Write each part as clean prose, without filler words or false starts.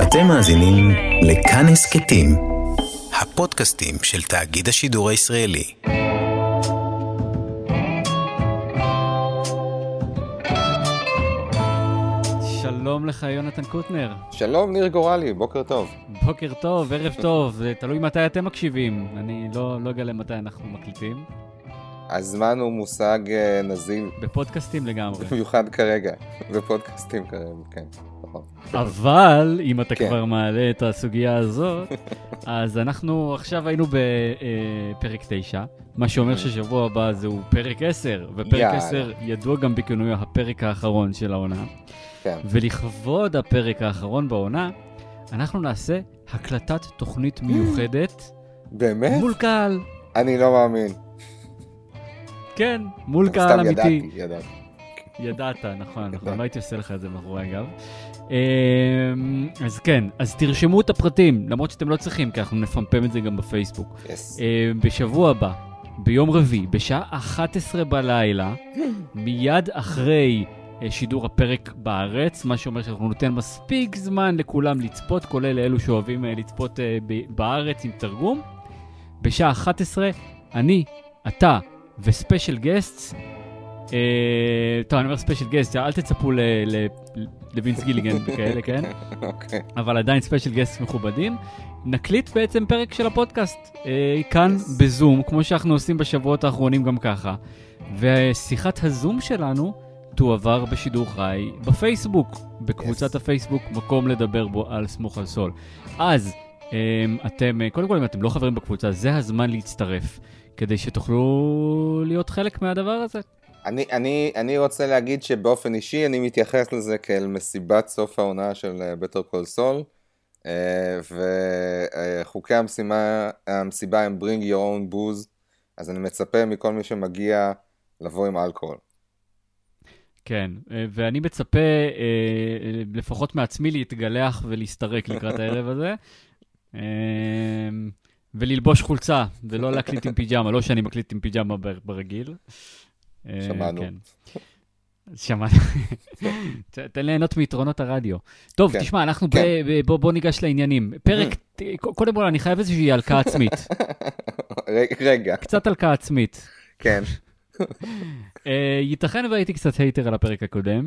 אתם מאזינים לכאן הסכתים, הפודקאסטים של תאגיד השידור הישראלי. שלום לך יונתן קוטנר. שלום ניר גורלי, בוקר טוב. בוקר טוב, ערב טוב, זה תלוי מתי אתם מקשיבים, אני לא אגלה מתי אנחנו מקליטים. הזמן הוא מושג נזיל. בפודקאסטים לגמרי. במיוחד כרגע, בפודקאסטים כרגע, כן. אבל אם אתה כבר מעלה את הסוגיה הזאת, אז אנחנו עכשיו היינו בפרק 9, מה שאומר ששבוע הבא זהו פרק 10, ופרק 10 ידוע גם בכינוי הפרק האחרון של העונה. ולכבוד הפרק האחרון בעונה, אנחנו נעשה הקלטת תוכנית מיוחדת. באמת? מול קהל. אני לא מאמין. כן, מול קהל אמיתי. ידעתי. ידעת, נכון, לא הייתי עושה לך את זה מאחורי אגב. אז כן, אז תרשמו את הפרטים, למרות שאתם לא צריכים, כי אנחנו נפמפם את זה גם בפייסבוק. בשבוע הבא, ביום רביעי, בשעה 11 בלילה, מיד אחרי שידור הפרק בארץ, מה שאומר שאנחנו נותן מספיק זמן לכולם לצפות, כולל לאלו שאוהבים לצפות בארץ עם תרגום. בשעה 11, אני, אתה וספיישל גסטס, טוב, אני אומר ספיישל גסט, אל תצפו לווינס גיליגן וכאלה, כן? אבל עדיין ספיישל גסט מכובדים. נקליט בעצם פרק של הפודקאסט כאן בזום, כמו שאנחנו עושים בשבועות האחרונים גם ככה. ושיחת הזום שלנו תועבר בשידור חי בפייסבוק, בקבוצת הפייסבוק, מקום לדבר בו על סמוך על סול. אז אתם, קודם כל אם אתם לא חברים בקבוצה, זה הזמן להצטרף, כדי שתוכלו להיות חלק מהדבר הזה. אני רוצה להגיד שבאופן אישי אני מתייחס לזה כאל מסיבת סוף העונה של Better Call Saul, וחוקי המסיבה הם bring your own booze, אז אני מצפה מכל מי שמגיע לבוא עם אלכוהול. כן, ואני מצפה לפחות מעצמי להתגלח ולהסתרק לקראת הערב הזה, וללבוש חולצה ולא להקליט עם פיג'מה, לא שאני מקליט עם פיג'מה ברגיל. שמענו. שמענו. תן ליהנות מיתרונות הרדיו. טוב, תשמע, אנחנו בוא ניגש לעניינים. פרק, קודם כל אני חייב איזושהי הלקאה עצמית. רגע. קצת הלקאה עצמית. כן. ייתכן והייתי קצת הייטר על הפרק הקודם.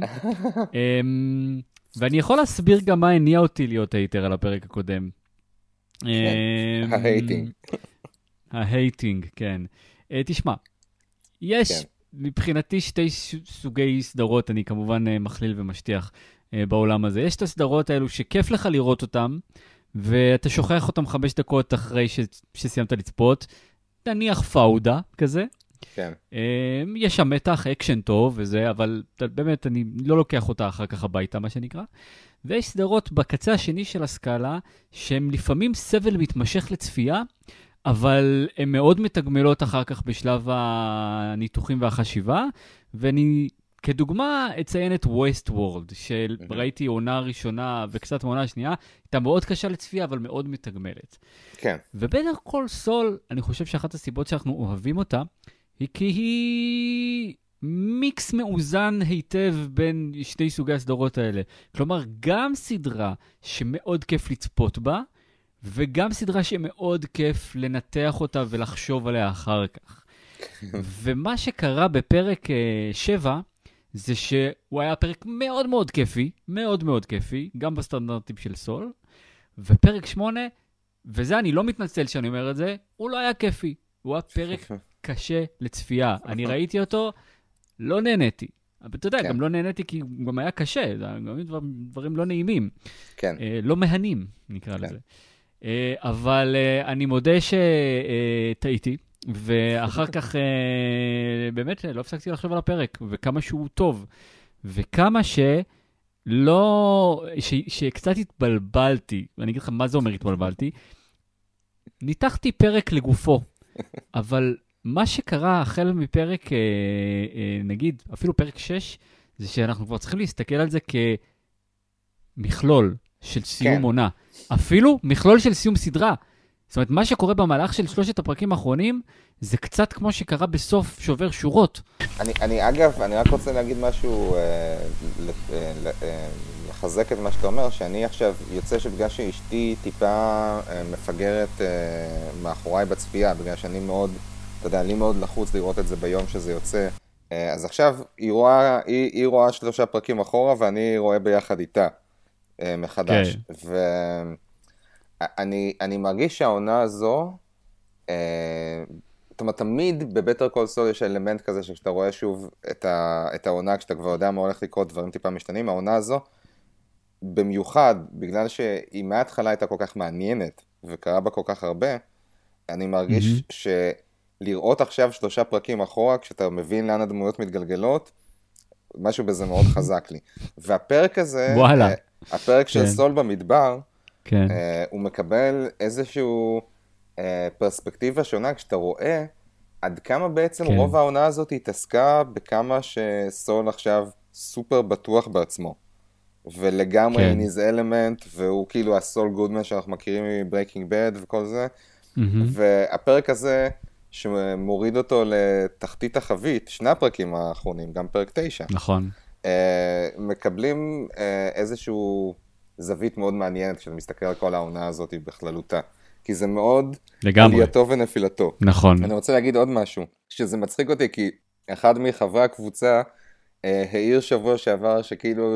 ואני יכול להסביר גם מה הניע אותי להיות הייטר על הפרק הקודם. ההייטינג. ההייטינג, כן. תשמע, יש מבחינתי שתי סוגי סדרות, אני כמובן מכליל ומשטיח בעולם הזה. יש את הסדרות האלו שכיף לך לראות אותם, ואתה שוכח אותם 5 דקות אחרי שסיימת לצפות, נניח פאודה כזה. כן. יש שם מתח, אקשן טוב וזה, אבל באמת אני לא לוקח אותה אחר כך הביתה, מה שנקרא. ויש סדרות בקצה השני של הסקאלה, שהן לפעמים סבל מתמשך לצפייה, אבל הן מאוד מתגמלות אחר כך בשלב הניתוחים והחשיבה, ואני כדוגמה אציין את Westworld, שראיתי עונה ראשונה וקצת מעונה שנייה, הייתה מאוד קשה לצפייה, אבל מאוד מתגמלת. כן. ובטר קול סול, אני חושב שאחת הסיבות שאנחנו אוהבים אותה, היא כי היא מיקס מאוזן היטב בין שתי סוגי הסדרות האלה. כלומר, גם סדרה שמאוד כיף לצפות בה, וגם סדרה שמאוד כיף לנתח אותה ולחשוב עליה אחר כך. ומה שקרה בפרק 7, זה שהוא היה פרק מאוד מאוד כיפי, מאוד מאוד כיפי, גם בסטנדרטים של סול, ופרק 8, וזה אני לא מתנצל שאני אומר את זה, הוא לא היה כיפי, הוא היה פרק קשה לצפייה. אני ראיתי אותו, לא נהניתי. אבל אתה יודע, גם לא נהניתי כי הוא גם היה קשה, גם דברים לא נעימים. כן. לא מהנים, נקרא לזה. אבל אני מודה שטעיתי, ואחר כך באמת לא הפסקתי לחשוב על הפרק, וכמה שהוא טוב, וכמה שקצת התבלבלתי, ואני אגיד לך מה זה אומר התבלבלתי, ניתחתי פרק לגופו, אבל מה שקרה החל מפרק, נגיד, אפילו פרק 6, זה שאנחנו כבר צריכים להסתכל על זה כמכלול של סיום עונה. אפילו מכלול של סיום סדרה. זאת אומרת, מה שקורה במהלך של 3 הפרקים האחרונים, זה קצת כמו שקרה בסוף שובר שורות. אגב, אני רק רוצה להגיד משהו מחזק את מה שאתה אומר, שאני עכשיו יוצא שבגלל שאשתי טיפה מפגרת מאחוריי בצפייה, בגלל שאני מאוד, אתה יודע, לי מאוד לחוץ לראות את זה ביום שזה יוצא, אז עכשיו היא רואה 3 פרקים אחורה, ואני רואה ביחד איתה מחדש. כן. ואני מרגיש שהעונה הזו, זאת אומרת, תמיד בבטר קול סול יש אלמנט כזה שכשאתה רואה שוב את העונה, כשאתה כבר יודע מה הולך לקרות, דברים טיפה משתנים, העונה הזו, במיוחד, בגלל שהיא מההתחלה הייתה כל כך מעניינת, וקרה בה כל כך הרבה, אני מרגיש שלראות עכשיו 3 פרקים אחורה, כשאתה מבין לאן הדמויות מתגלגלות, משהו בזה מאוד חזק לי. והפרק הזה, הפרק של סול במדבר, הוא מקבל איזשהו פרספקטיבה שונה, כשאתה רואה עד כמה בעצם רוב העונה הזאת התעסקה בכמה שסול עכשיו סופר בטוח בעצמו. ולגמרי in his element, והוא כאילו הסול גודמן שאנחנו מכירים מ-Breaking Bad וכל זה. והפרק הזה, שמוריד אותו לתחתית החבית, 2 הפרקים האחרונים, גם פרק 9. נכון. מקבלים איזשהו זווית מאוד מעניינת, כשאתה מסתכל על כל העונה הזאת בכללותה. כי זה מאוד עלייתו ונפילתו. נכון. אני רוצה להגיד עוד משהו, שזה מצחיק אותי, כי אחד מחברי הקבוצה העיר שבוע שעבר שכאילו,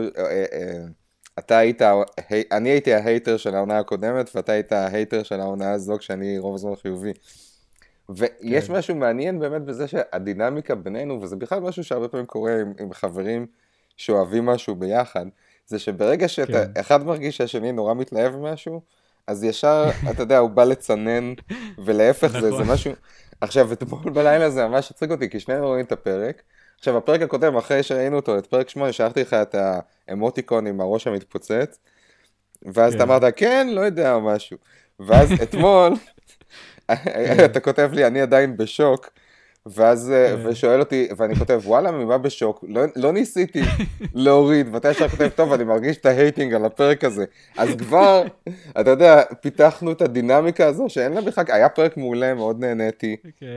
אני הייתי ההייטר של העונה הקודמת, ואתה היית ההייטר של העונה הזו, כשאני רוב הזמן חיובי. ויש משהו מעניין באמת בזה שהדינמיקה בינינו, וזה בכלל משהו שהרבה פעמים קורה עם חברים שאוהבים משהו ביחד, זה שברגע שאחד מרגיש שהשני נורא מתלהב משהו, אז ישר, אתה יודע, הוא בא לצנן, ולהפך זה משהו. עכשיו, אתמול בלילה זה ממש הצחיק אותי, כי שנינו רואים את הפרק. עכשיו, הפרק הקודם, אחרי שראינו אותו, את פרק 8, שלחתי לך את האמוטיקון עם הראש המתפוצץ, ואז אתה אמרת, כן, לא יודע משהו. ואז אתמול, אתה כותב לי, אני עדיין בשוק, ואז, ושואל אותי, ואני כותב, וואלה, ממה בשוק? לא ניסיתי להוריד, ואתה ישר כותב, טוב, אני מרגיש את ההייטינג על הפרק הזה. אז כבר, אתה יודע, פיתחנו את הדינמיקה הזו, שאין לה בכלל, היה פרק מעולה, מאוד נהניתי,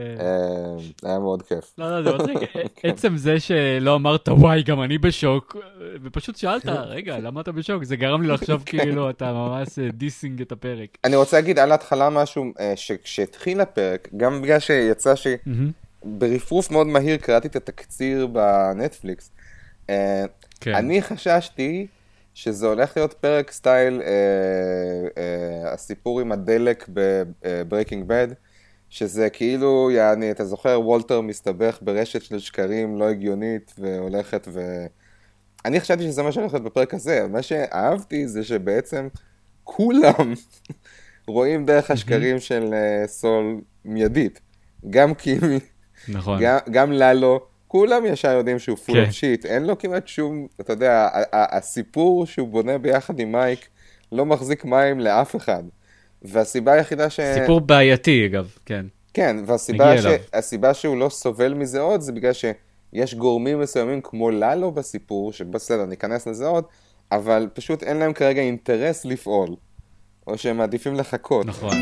היה מאוד כיף. לא, זה מצחיק, עצם זה שלא אמרת, וואי, גם אני בשוק, ופשוט שאלת, רגע, למה אתה בשוק? זה גרם לי לחשוב כאילו, אתה ממש דיסינג את הפרק. אני רוצה להגיד על ההתחלה משהו, שכשהתחיל הפרק, גם בגלל שיצא ברפרוף מאוד מהיר קראתי את התקציר בנטפליקס. אני חששתי שזה הולך להיות פרק סטייל הסיפור עם הדלק ב-Breaking Bad, שזה כאילו, אתה זוכר, וולטר מסתבך ברשת של שקרים לא הגיונית והולכת אני חשבתי שזה מה שהולך להיות בפרק הזה. מה שאהבתי זה שבעצם כולם רואים דרך השקרים של סול מיידית. גם קימי, נכון. גם ללו, כולם ישר יודעים שהוא full of shit, אין לו כמעט שום, אתה יודע, הסיפור שהוא בונה ביחד עם מייק לא מחזיק מים לאף אחד, והסיבה היחידה סיפור בעייתי אגב, כן. כן, והסיבה שהוא לא סובל מזה עוד, זה בגלל שיש גורמים מסוימים כמו ללו בסיפור, שבסדר, ניכנס לזה עוד, אבל פשוט אין להם כרגע אינטרס לפעול, או שהם מעדיפים לחכות. נכון.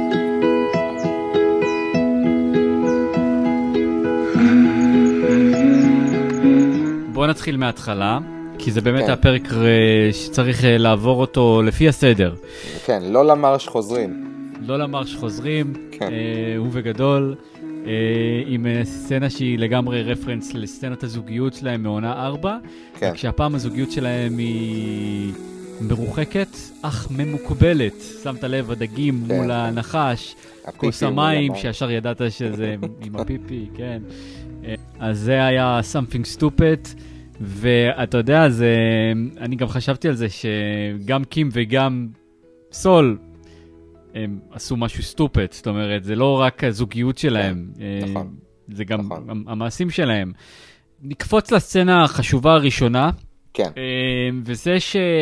בוא נתחיל מההתחלה, כי זה באמת הפרק שצריך לעבור אותו לפי הסדר. כן, לא למרש חוזרים. לא למרש חוזרים, הוא וגדול, עם סצנה שהיא לגמרי רפרנס לסצנת הזוגיות שלהם מעונה 4, כשהפעם הזוגיות שלהם היא מרוחקת, אך ממוקבלת. שמת לב, הדגים מול הנחש, כוס המים, שישר ידעת שזה עם הפיפי, כן. אז זה היה something stupid, ואתה יודע, אני גם חשבתי על זה שגם קים וגם סול הם עשו משהו stupid, זאת אומרת, זה לא רק הזוגיות שלהם, זה גם המעשים שלהם. נקפוץ לסצנה החשובה הראשונה, וזה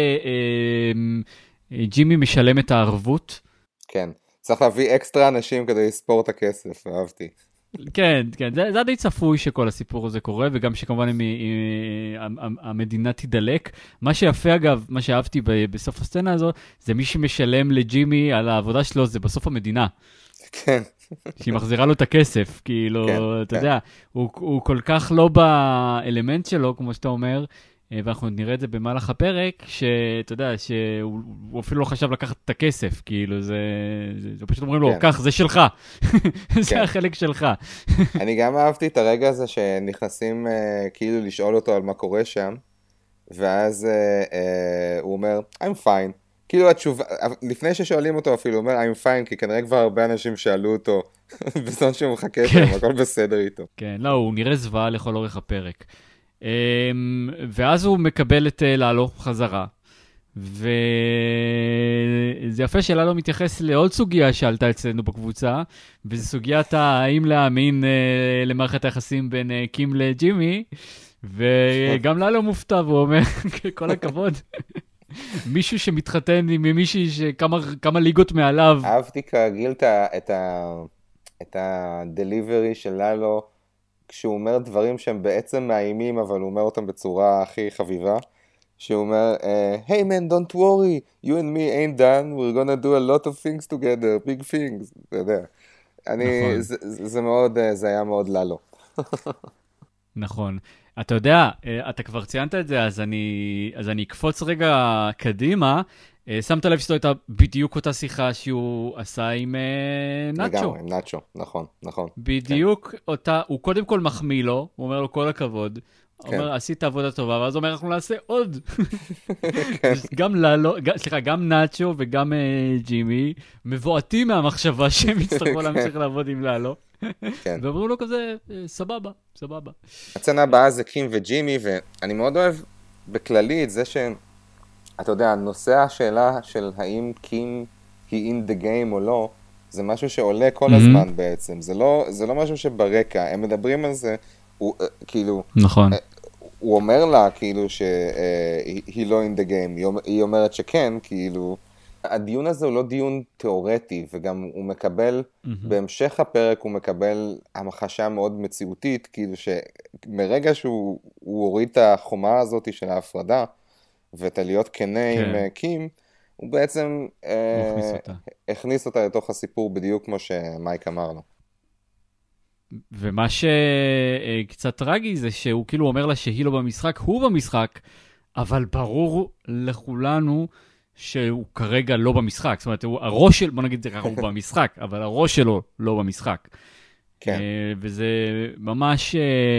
שג'ימי משלם את הערבות. כן, צריך להביא אקסטרה אנשים כדי לספור את הכסף, אהבתי. כן, זה די צפוי שכל הסיפור הזה קורה, וגם שכמובן המדינה תדלק. מה שיפה אגב, מה שאהבתי בסוף הסצנה הזו, זה מי שמשלם לג'ימי על העבודה שלו, זה בסוף המדינה. כן. שהיא מחזירה לו את הכסף, כאילו, אתה יודע, הוא כל כך לא באלמנט שלו, כמו שאתה אומר, ואנחנו נראה את זה במהלך הפרק, שאתה יודע, שהוא אפילו לא חשב לקחת את הכסף, כאילו זה פשוט אומרים לו, כך, זה שלך, זה החלק שלך. אני גם אהבתי את הרגע הזה שנכנסים כאילו לשאול אותו על מה קורה שם, ואז הוא אומר, I'm fine. כאילו התשובה, לפני ששואלים אותו אפילו, הוא אומר, I'm fine, כי כנראה כבר הרבה אנשים שאלו אותו, בזמן שהוא מחכה שם, הכל בסדר איתו. כן, לא, הוא נראה זוועה לכל אורך הפרק. ואז הוא מקבל את ללו חזרה, וזה יפה שללו מתייחס לעוד סוגיה שעלתה אצלנו בקבוצה, וזו סוגיית האם להאמין למערכת היחסים בין קים לג'ימי, וגם ללו מופתע, והוא אומר, כל הכבוד, מישהו שמתחתן עם מישהי שכמה ליגות מעליו. אהבתי כרגיל את הדליברי של ללו, כשהוא אומר דברים שהם בעצם מאיימים, אבל הוא אומר אותם בצורה הכי חביבה, שהוא אומר, hey man, don't worry, you and me ain't done, we're gonna do a lot of things together, big things, אתה יודע. זה היה מאוד ללו. נכון. אתה יודע, אתה כבר ציינת את זה, אז אני אקפוץ רגע קדימה, שמת לב שזו הייתה בדיוק אותה שיחה שהוא עשה עם נאצ'ו. לגמרי, עם נאצ'ו, נכון. בדיוק אותה, הוא קודם כל מחמיא לו, הוא אומר לו כל הכבוד, הוא אומר, עשית עבודה טובה, ואז הוא אומר, אנחנו נעשה עוד. גם נאצ'ו וגם ג'ימי מבועטים מהמחשבה שהם יצטרכו להמשיך לעבוד עם ללו. ואומרים לו כזה, סבבה. הצנה הבאה זה קים וג'ימי, ואני מאוד אוהב בכללי את זה אתה יודע, נושא השאלה של האם קים היא in the game או לא, זה משהו שעולה כל הזמן בעצם. זה לא משהו שברקע, הם מדברים על זה, כאילו, נכון. הוא אומר לה כאילו שהיא לא in the game, היא אומרת שכן, כאילו, הדיון הזה הוא לא דיון תיאורטי, וגם הוא מקבל, בהמשך הפרק הוא מקבל המחשה מאוד מציאותית, כאילו שמרגע שהוא הוריד את החומה הזאת של ההפרדה, ואת להיות כנה עם קים, הוא בעצם הכניס אותה לתוך הסיפור בדיוק כמו שמייק אמר לו. ומה שקצת טרגי זה שהוא כאילו אומר לה שהיא לא במשחק, הוא במשחק, אבל ברור לכולנו שהוא כרגע לא במשחק. זאת אומרת, הראש של, בוא נגיד זה ככה, הוא במשחק, אבל הראש שלו לא במשחק. כן. וזה ממש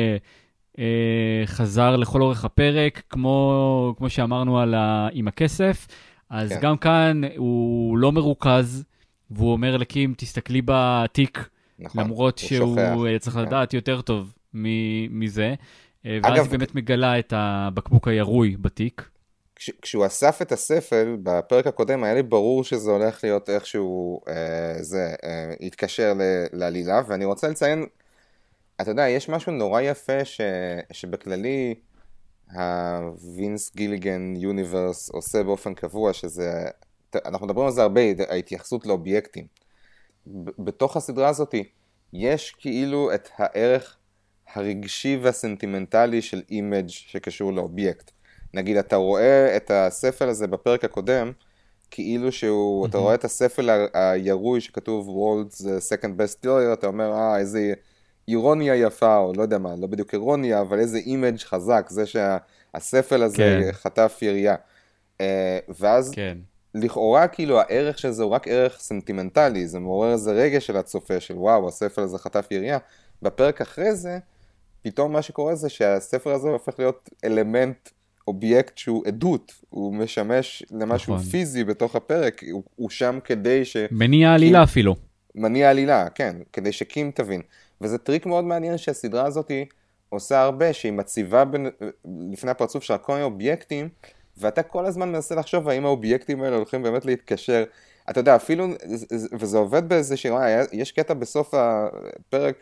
חזר לכל אורך הפרק, כמו שאמרנו עם הכסף, אז כן. גם כאן הוא לא מרוכז, והוא אומר לקים, תסתכלי בתיק, נכון, למרות שהוא צריך לדעת יותר טוב מזה, ואז היא באמת מגלה את הבקבוק הירוי בתיק. כשהוא אסף את הספל, בפרק הקודם היה לי ברור שזה הולך להיות איכשהו, יתקשר לעלילה, ואני רוצה לציין, אתה יודע, יש משהו נורא יפה שבכללי, הווינס גיליגן יוניברס עושה באופן קבוע, שזה, אנחנו מדברים על זה הרבה, ההתייחסות לאובייקטים. בתוך הסדרה הזאת, יש כאילו את הערך הרגשי והסנטימנטלי של אימג' שקשור לאובייקט. נגיד, אתה רואה את הספל הזה בפרק הקודם, כאילו שהוא, אתה רואה את הספל הירוי שכתוב World's Second Best Seller, אתה אומר, איזה אירוניה יפה, או לא יודע מה, לא בדיוק אירוניה, אבל איזה אימג' חזק, זה שהספל הזה חטף ירייה. ואז, לכאורה, כאילו, הערך של זה הוא רק ערך סנטימנטלי, זה מעורר איזה רגע של הצופה, של וואו, הספל הזה חטף ירייה. בפרק אחרי זה, פתאום מה שקורה זה שהספר הזה הופך להיות אלמנט, אובייקט שהוא עדות, הוא משמש למשהו פיזי בתוך הפרק, הוא שם כדי ש... מניע עלילה אפילו. מניע עלילה, כן, כדי שקים תבין. וזה טריק מאוד מעניין שהסדרה הזאת עושה הרבה, שהיא מציבה לפני הפרצוף של כל מיני אובייקטים, ואתה כל הזמן מנסה לחשוב האם האובייקטים האלה הולכים באמת להתקשר. אתה יודע, אפילו, וזה עובד באיזה שירה, יש קטע בסוף הפרק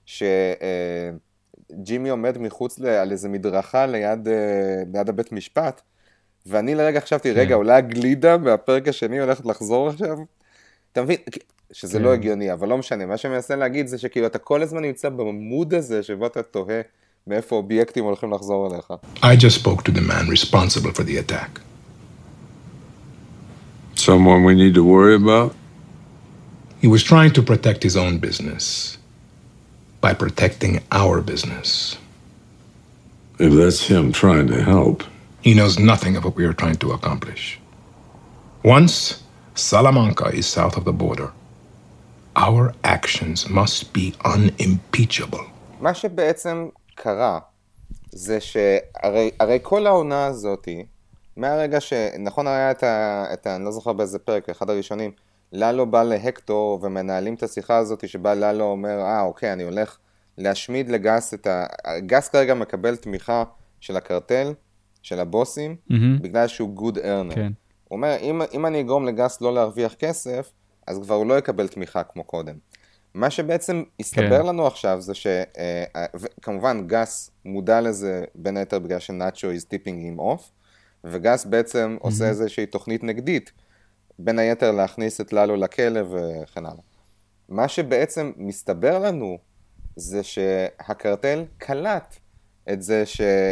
ג'ימי עומד מחוץ על איזה מדרכה ליד הבית משפט, ואני לרגע חשבתי, רגע, אולי הגלידה מהפרק השני הולכת לחזור עכשיו? אתה מבין? שזה לא הגיוני, אבל לא משנה. מה שמנסה להגיד זה שכאילו אתה כל הזמן נמצא במוד הזה, שבו אתה תוהה מאיפה אובייקטים הולכים לחזור אליך. I just spoke to the man responsible for the attack. Someone we need to worry about? He was trying to protect his own business. By protecting our business. If that's him trying to help, he knows nothing of what we are trying to accomplish. Once Salamanca is south of the border, our actions must be unimpeachable. מה שבעצם קרה, זה שהרי כל העונה הזאת, מהרגע שנכון היה אני לא זוכר באיזה פרק, אחד הראשונים, ללו בא להקטור ומנהלים את השיחה הזאת שבה ללו אומר, אוקיי, אני הולך להשמיד לגס גס כרגע מקבל תמיכה של הקרטל, של הבוסים, בגלל שהוא good earner. כן. הוא אומר, אם אני אגרום לגס לא להרוויח כסף, אז כבר הוא לא יקבל תמיכה כמו קודם. מה שבעצם הסתבר לנו עכשיו זה כמובן גס מודע לזה בין היתר בגלל שנאצ'ו is tipping him off, וגס בעצם עושה איזושהי תוכנית נגדית, בין היתר להכניס את ללו לכלא וכן הלאה. מה שבעצם מסתבר לנו זה שהקרטל קלט את זה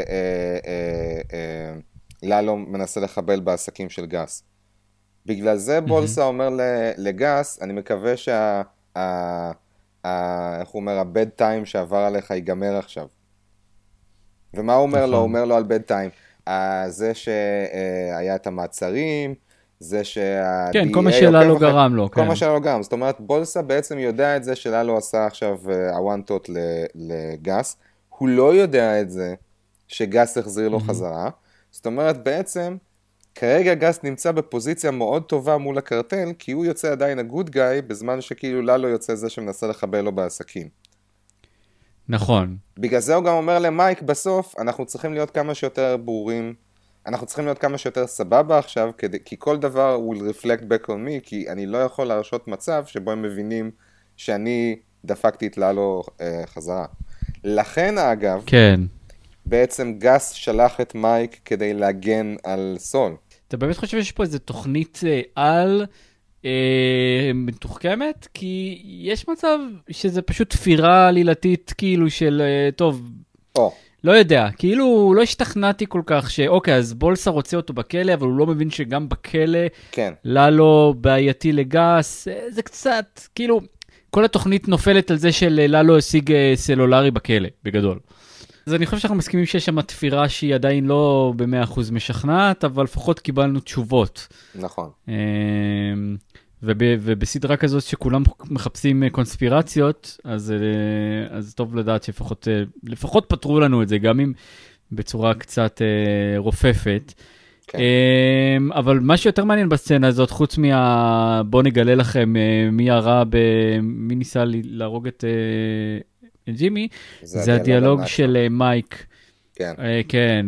שללו מנסה לחבל בעסקים של גס. בגלל זה בולסה אומר לגס, אני מקווה איך הוא אומר, הבד טיים שעבר עליך ייגמר עכשיו. ומה הוא אומר לו? הוא אומר לו על בד טיים. זה שהיה את המעצרים, זה כן, כל מה שללו גרם לו. כל מה שללו גרם. זאת אומרת, בולסה בעצם יודע את זה שללו עשה עכשיו הוואנטות לגס. הוא לא יודע את זה שגס החזיר לו חזרה. זאת אומרת, בעצם, כרגע גס נמצא בפוזיציה מאוד טובה מול הקרטל, כי הוא יוצא עדיין הגוד גאי, בזמן שכאילו ללו יוצא זה שמנסה לחבל לו בעסקים. נכון. בגלל זה הוא גם אומר למייק, בסוף אנחנו צריכים להיות כמה שיותר ברורים, אנחנו צריכים להיות כמה שיותר סבבה עכשיו, כי כל דבר will reflect back on me, כי אני לא יכול להרשות מצב שבו הם מבינים שאני דפקתי את ללו חזרה. לכן אגב, כן. בעצם גס שלח את מייק כדי להגן על סול. אתה באמת חושב שיש פה איזו תוכנית על מתוחכמת? כי יש מצב שזה פשוט תפירה עלילתית כאילו של, טוב, לא יודע, כאילו לא השתכנעתי כל כך שאוקיי, אז בולסה רוצה אותו בכלא, אבל הוא לא מבין שגם בכלא, כן. ללו בעייתי לגס, זה קצת, כאילו, כל התוכנית נופלת על זה של ללו השיג סלולרי בכלא, בגדול. אז אני חושב שאנחנו מסכימים שיש שם תפירה שהיא עדיין לא ב-100% משכנעת, אבל לפחות קיבלנו תשובות. נכון. ובסדרה כזאת שכולם מחפשים קונספירציות, אז טוב לדעת לפחות פתרו לנו את זה, גם אם בצורה קצת רופפת. כן. אבל מה שיותר מעניין בסצנה הזאת, חוץ בוא נגלה לכם מי הרע, מי ניסה להרוג את ג'ימי, זה הדיאלוג של מייק, כן, כן,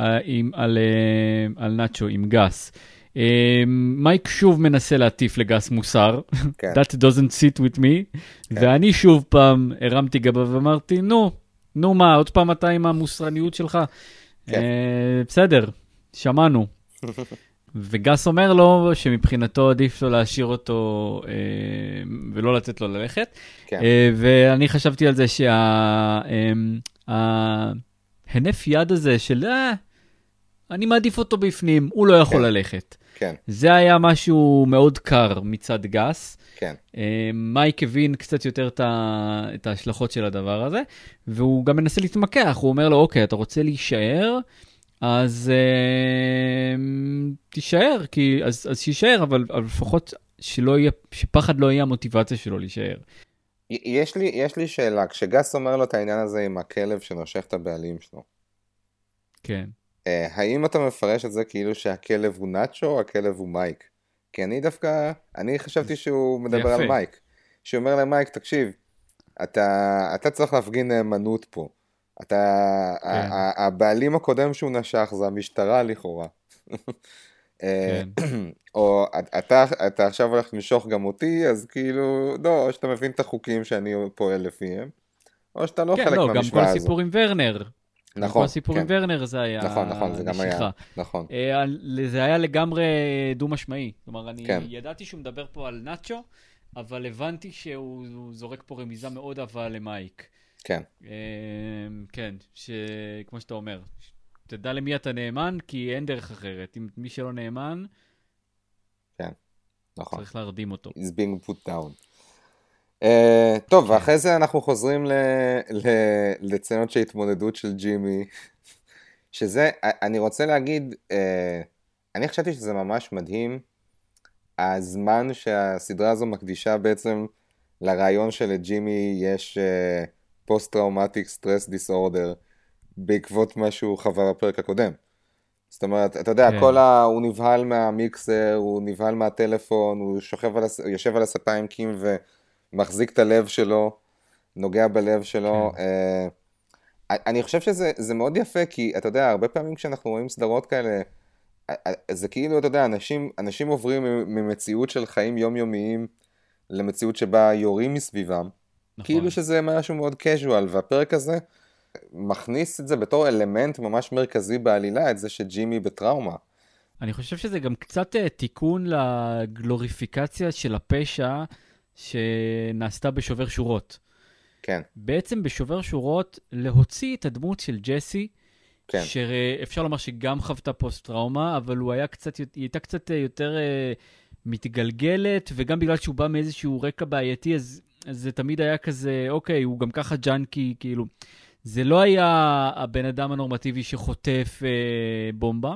על נאצ'ו, עם גס. מייק שוב מנסה להטיף לגס מוסר, that doesn't sit with me, ואני שוב פעם הרמתי גבה ואמרתי, נו מה, עוד פעם אתה עם המוסרניות שלך, בסדר, שמענו. וגס אומר לו שמבחינתו עדיף לו להשאיר אותו ולא לתת לו ללכת. כן. ואני חשבתי על זה ההנף יד הזה של אני מעדיף אותו בפנים, הוא לא יכול ללכת. כן. זה היה משהו מאוד קר מצד גס. כן. מייק הבין קצת יותר את ההשלכות של הדבר הזה, והוא גם מנסה להתמקח, הוא אומר לו, אוקיי, אתה רוצה להישאר? אז תישאר, אז שישאר, אבל לפחות שפחד לא יהיה המוטיבציה שלו להישאר. יש לי שאלה, כשגס אומר לו את העניין הזה עם הכלב שנושך את הבעלים שלו. כן. האם אתה מפרש את זה כאילו שהכלב הוא נאצ'ו או הכלב הוא מייק? כי אני חשבתי שהוא מדבר על מייק. שהוא אומר למייק, תקשיב, אתה צריך להפגין נאמנות פה. הבעלים הקודם שהוא נשך זה המשטרה לכאורה. או אתה עכשיו הולך למשוך גם אותי, אז כאילו, לא, או שאתה מבין את החוקים שאני פועל לפיהם, או שאתה לא חלק מהמשוואה הזו. גם כל סיפור עם ורנר. נכון. כל סיפור עם ורנר זה היה נכון, זה גם היה, נכון. זה היה לגמרי דו משמעי. כלומר, אני ידעתי שהוא מדבר פה על נאצ'ו, אבל הבנתי שהוא זורק פה רמיזה מאוד אהבה למייק. כן. כן, כמו שאתה אומר, תדע למי אתה נאמן, כי אין דרך אחרת. אם מי שלא נאמן, כן, נכון. צריך להרדים אותו. He's being put down. טוב, ואחרי זה אנחנו חוזרים לצנות של התמודדות של ג'ימי, שזה, אני רוצה להגיד, אני חשבתי שזה ממש מדהים, הזמן שהסדרה הזו מקדישה בעצם לרעיון שלג'ימי יש פוסט-טראומטיק סטרס דיסאורדר, בעקבות מה שהוא חווה בפרק הקודם. זאת אומרת, אתה יודע, הוא נבהל מהמיקסר, הוא נבהל מהטלפון, הוא יושב על הספה עם קים ומחזיק את הלב שלו, נוגע בלב שלו. אני חושב שזה מאוד יפה, כי אתה יודע, הרבה פעמים כשאנחנו רואים סדרות כאלה, זה כאילו, אתה יודע, אנשים עוברים ממציאות של חיים יומיומיים, למציאות שבה יורים מסביבם, כאילו שזה משהו מאוד קז'ואל, והפרק הזה מכניס את זה בתור אלמנט ממש מרכזי בעלילה, את זה שג'ימי בטראומה. אני חושב שזה גם קצת תיקון לגלוריפיקציה של הפשע שנעשתה בשובר שורות. כן. בעצם בשובר שורות, להוציא את הדמות של ג'סי, כן. שאפשר לומר שגם חוותה פוסט-טראומה, אבל היא הייתה קצת יותר מתגלגלת, וגם בגלל שהוא בא מאיזשהו רקע בעייתי, אז זה תמיד היה כזה, אוקיי, הוא גם ככה ג'אנקי, כאילו, זה לא היה הבן אדם הנורמטיבי שחוטף בומבה,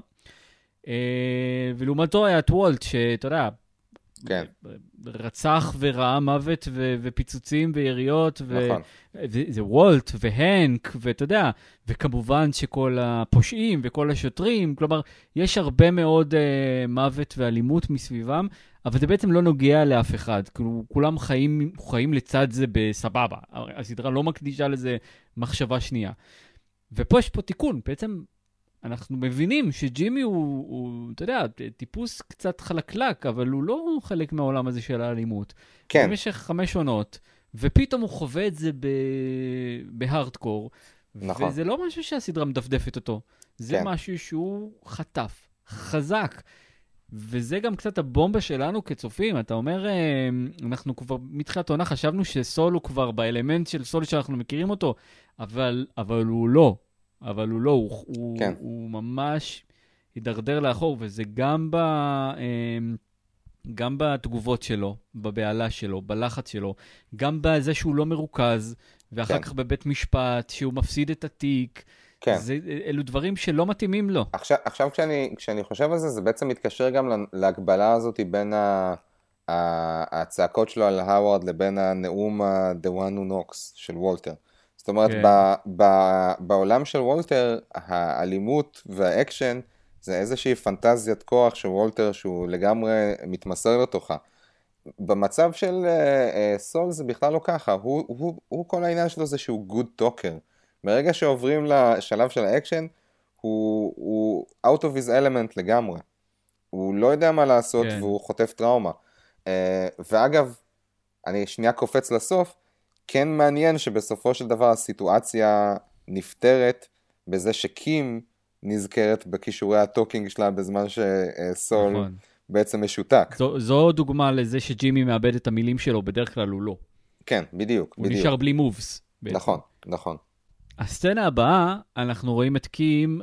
ולעומתו היה את וולט, שאתה יודע, כן. רצח וראה מוות ופיצוצים ויריות, נכון. זה וולט והנק, ואתה יודע, וכמובן שכל הפושעים וכל השוטרים, כלומר, יש הרבה מאוד מוות ואלימות מסביבם, אבל זה בעצם לא נוגע לאף אחד, כאילו, כולם חיים לצד זה בסבבה, הסדרה לא מקדישה לזה מחשבה שנייה. ופה יש פה תיקון, בעצם אנחנו מבינים שג'ימי הוא, אתה יודע, טיפוס קצת חלקלק, אבל הוא לא חלק מהעולם הזה של האלימות. כן. במשך 5 עונות, ופתאום הוא חווה את זה בהארדקור, נכון. וזה לא משהו שהסדרה מדפדפת אותו. זה כן. משהו שהוא חטף, חזק. וזה גם קצת הבומבה שלנו כצופים. אתה אומר, אנחנו כבר מתחילת העונה חשבנו שסול הוא כבר באלמנט של סול שאנחנו מכירים אותו, אבל הוא לא. אבל הוא לא, הוא ממש הידרדר לאחור, וזה גם בתגובות שלו, בבעלה שלו, בלחץ שלו, גם בזה שהוא לא מרוכז, ואחר כך בבית משפט, שהוא מפסיד את התיק. אלו דברים שלא מתאימים לו. עכשיו כשאני חושב על זה, זה בעצם מתקשר גם להגבלה הזאת בין הצעקות שלו על האוורד לבין הנאום The One Who Knocks של וולטר. זאת אומרת, בעולם של וולטר, האלימות והאקשן, זה איזושהי פנטזיית כוח של וולטר, שהוא לגמרי מתמסר לתוכה. במצב של סול זה בכלל לא ככה, הוא כל העניין שלו זה שהוא good talker. ברגע שעוברים לשלב של האקשן, הוא out of his element לגמרי. הוא לא יודע מה לעשות, והוא חוטף טראומה. ואגב, אני שנייה קופץ לסוף, כן מעניין שבסופו של דבר הסיטואציה נפטרת בזה שקים נזכרת בכישורי הטוקינג שלה בזמן שסול נכון. בעצם משותק. זו דוגמה לזה שג'ימי מאבד את המילים שלו, בדרך כלל הוא לא. כן, בדיוק. הוא נשאר בלי מובס. נכון, נכון. הסצנה הבאה, אנחנו רואים את קים